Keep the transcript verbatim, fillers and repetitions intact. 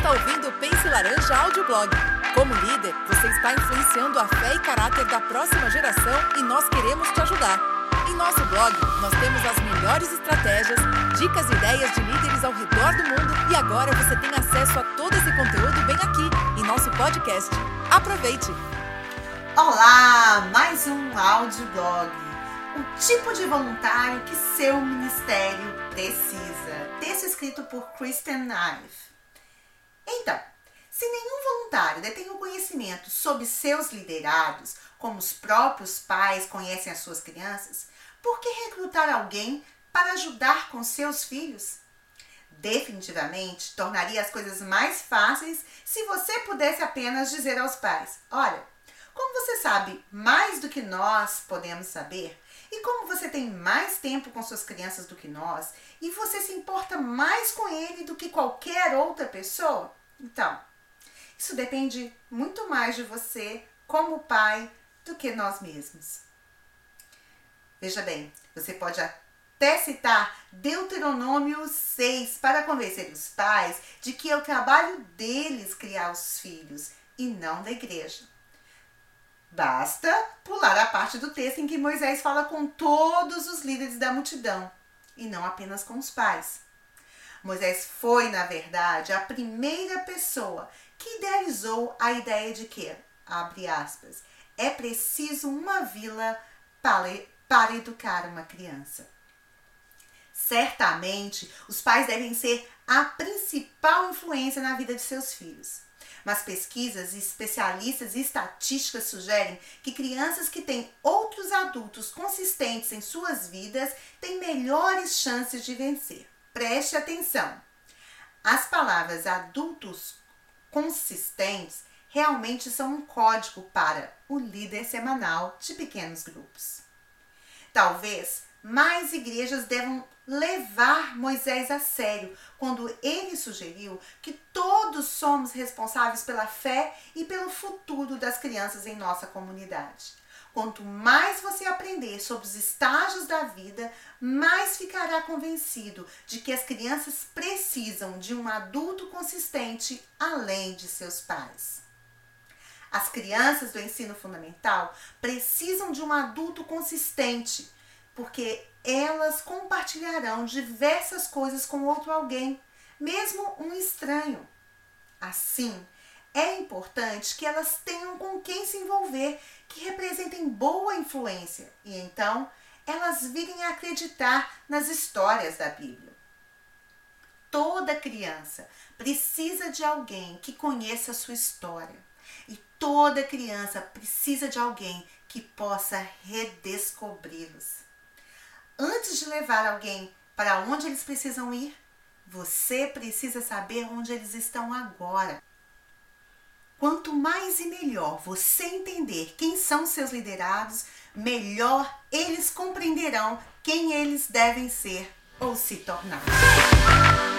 está ouvindo o Pense Laranja Audioblog. Como líder, você está influenciando a fé e caráter da próxima geração e nós queremos te ajudar. Em nosso blog, nós temos as melhores estratégias, dicas e ideias de líderes ao redor do mundo e agora você tem acesso a todo esse conteúdo bem aqui, em nosso podcast. Aproveite! Olá! Mais um audioblog. O tipo de voluntário que seu ministério precisa. Texto escrito por Kristen Ive. Então, se nenhum voluntário detém o conhecimento sobre seus liderados, como os próprios pais conhecem as suas crianças, por que recrutar alguém para ajudar com seus filhos? Definitivamente, tornaria as coisas mais fáceis se você pudesse apenas dizer aos pais: olha, como você sabe mais do que nós podemos saber, e como você tem mais tempo com suas crianças do que nós, e você se importa mais com ele do que qualquer outra pessoa, então, isso depende muito mais de você como pai do que nós mesmos. Veja bem, você pode até citar Deuteronômio seis para convencer os pais de que é o trabalho deles criar os filhos e não da igreja. Basta pular a parte do texto em que Moisés fala com todos os líderes da multidão e não apenas com os pais. Moisés foi, na verdade, a primeira pessoa que idealizou a ideia de que, abre aspas, é preciso uma vila para, para educar uma criança. Certamente, os pais devem ser a principal influência na vida de seus filhos. Mas pesquisas, especialistas e estatísticas sugerem que crianças que têm outros adultos consistentes em suas vidas têm melhores chances de vencer. Preste atenção. As palavras adultos consistentes realmente são um código para o líder semanal de pequenos grupos. Talvez mais igrejas devam levar Moisés a sério quando ele sugeriu que todos somos responsáveis pela fé e pelo futuro das crianças em nossa comunidade. Quanto mais você aprender sobre os estágios da vida, mais ficará convencido de que as crianças precisam de um adulto consistente além de seus pais. As crianças do ensino fundamental precisam de um adulto consistente, porque elas compartilharão diversas coisas com outro alguém, mesmo um estranho. Assim, é importante que elas tenham com quem se envolver, que representem boa influência, e então elas virem a acreditar nas histórias da Bíblia. Toda criança precisa de alguém que conheça a sua história, e toda criança precisa de alguém que possa redescobri-los. Antes de levar alguém para onde eles precisam ir, você precisa saber onde eles estão agora. Quanto mais e melhor você entender quem são seus liderados, melhor eles compreenderão quem eles devem ser ou se tornar.